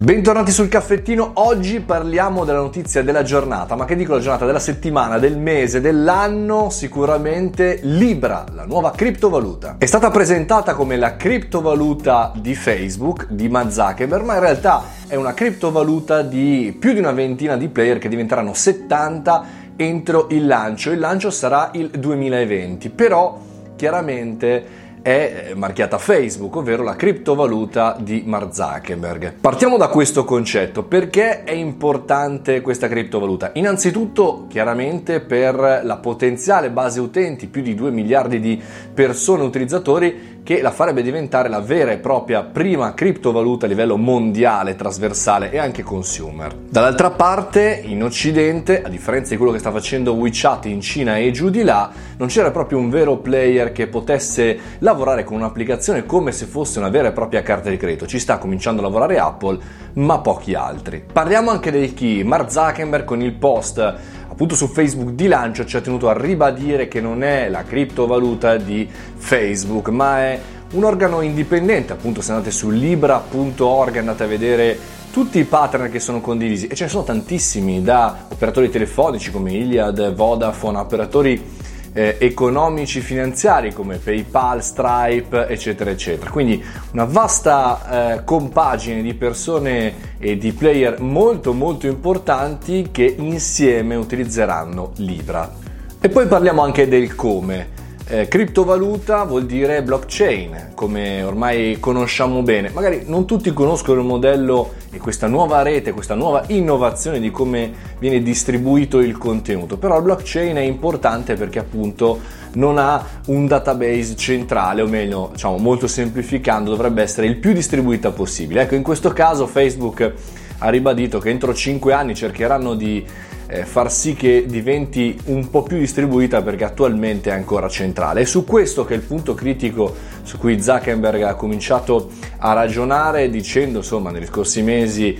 Bentornati sul caffettino. Oggi parliamo della notizia della giornata, ma che dico la giornata, della settimana, del mese, dell'anno, sicuramente Libra, la nuova criptovaluta. È stata presentata come la criptovaluta di Facebook, di Mark Zuckerberg, ma in realtà è una criptovaluta di più di una ventina di player che diventeranno 70 entro il lancio. Il lancio sarà il 2020, però chiaramente è marchiata Facebook, ovvero la criptovaluta di Mark Zuckerberg. Partiamo da questo concetto. Perché è importante questa criptovaluta? Innanzitutto, chiaramente, per la potenziale base utenti, più di 2 miliardi di persone utilizzatori, che la farebbe diventare la vera e propria prima criptovaluta a livello mondiale, trasversale e anche consumer. Dall'altra parte, in Occidente, a differenza di quello che sta facendo WeChat in Cina e giù di là, non c'era proprio un vero player che potesse lavorare con un'applicazione come se fosse una vera e propria carta di credito. Ci sta cominciando a lavorare Apple, ma pochi altri. Parliamo anche del chi. Mark Zuckerberg, con il post appunto su Facebook di lancio, ci ha tenuto a ribadire che non è la criptovaluta di Facebook, ma è un organo indipendente. Appunto, se andate su libra.org andate a vedere tutti i partner che sono condivisi, e ce ne sono tantissimi, da operatori telefonici come Iliad, Vodafone, operatori economici finanziari come PayPal, Stripe, eccetera eccetera. Quindi una vasta compagine di persone e di player molto importanti che insieme utilizzeranno Libra. E poi parliamo anche del come. Criptovaluta vuol dire blockchain, come ormai conosciamo bene. Magari non tutti conoscono il modello e questa nuova rete, questa nuova innovazione di come viene distribuito il contenuto, però il blockchain è importante perché appunto non ha un database centrale, o meglio, diciamo, molto semplificando, dovrebbe essere il più distribuita possibile. Ecco, in questo caso Facebook ha ribadito che entro 5 anni cercheranno di far sì che diventi un po' più distribuita, perché attualmente è ancora centrale. È su questo che è il punto critico su cui Zuckerberg ha cominciato a ragionare, dicendo insomma negli scorsi mesi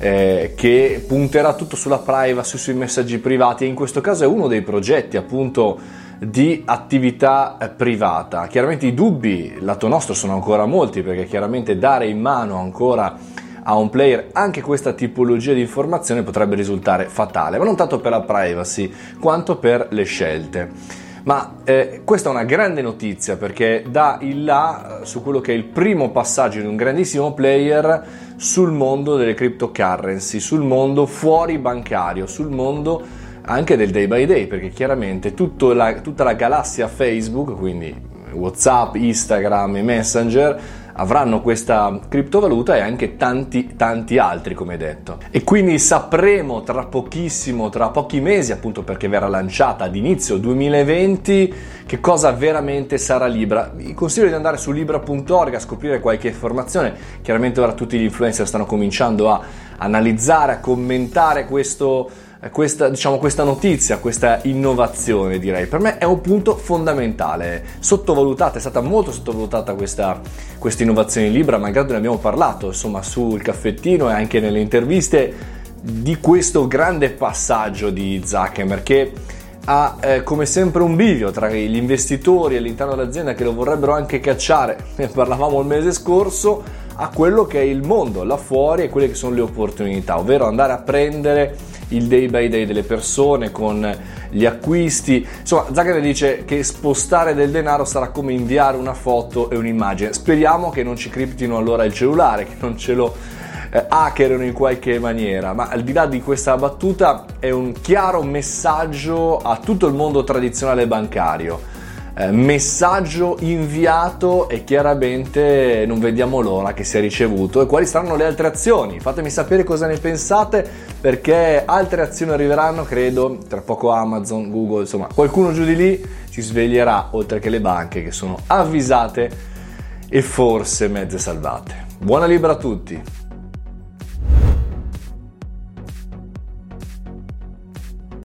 che punterà tutto sulla privacy, sui messaggi privati, e in questo caso è uno dei progetti appunto di attività privata. Chiaramente i dubbi lato nostro sono ancora molti, perché chiaramente dare in mano ancora a un player anche questa tipologia di informazione potrebbe risultare fatale, ma non tanto per la privacy quanto per le scelte. Ma questa è una grande notizia, perché dà il là su quello che è il primo passaggio di un grandissimo player sul mondo delle cryptocurrency, sul mondo fuori bancario, sul mondo anche del day by day, perché chiaramente tutta la galassia Facebook, quindi WhatsApp, Instagram e Messenger, avranno questa criptovaluta, e anche tanti altri, come detto. E quindi sapremo tra pochissimo, tra pochi mesi, appunto perché verrà lanciata ad inizio 2020, che cosa veramente sarà Libra. Vi consiglio di andare su libra.org a scoprire qualche informazione. Chiaramente ora tutti gli influencer stanno cominciando a analizzare, a commentare questa notizia, questa innovazione. Direi per me è un punto fondamentale, sottovalutata, è stata molto sottovalutata questa innovazione in Libra, malgrado ne abbiamo parlato insomma sul caffettino e anche nelle interviste, di questo grande passaggio di Zuckerberg, che ha come sempre un bivio tra gli investitori all'interno dell'azienda che lo vorrebbero anche cacciare, ne parlavamo il mese scorso, a quello che è il mondo là fuori e quelle che sono le opportunità, ovvero andare a prendere il day by day delle persone con gli acquisti. Insomma, Zuckerberg dice che spostare del denaro sarà come inviare una foto e un'immagine. Speriamo che non ci criptino allora il cellulare, che non ce lo hackerino in qualche maniera, ma al di là di questa battuta è un chiaro messaggio a tutto il mondo tradizionale bancario. Messaggio inviato, e chiaramente non vediamo l'ora che sia ricevuto. E quali saranno le altre azioni? Fatemi sapere cosa ne pensate, perché altre azioni arriveranno, credo, tra poco Amazon, Google, insomma qualcuno giù di lì si sveglierà, oltre che le banche che sono avvisate e forse mezze salvate. Buona Libra a tutti!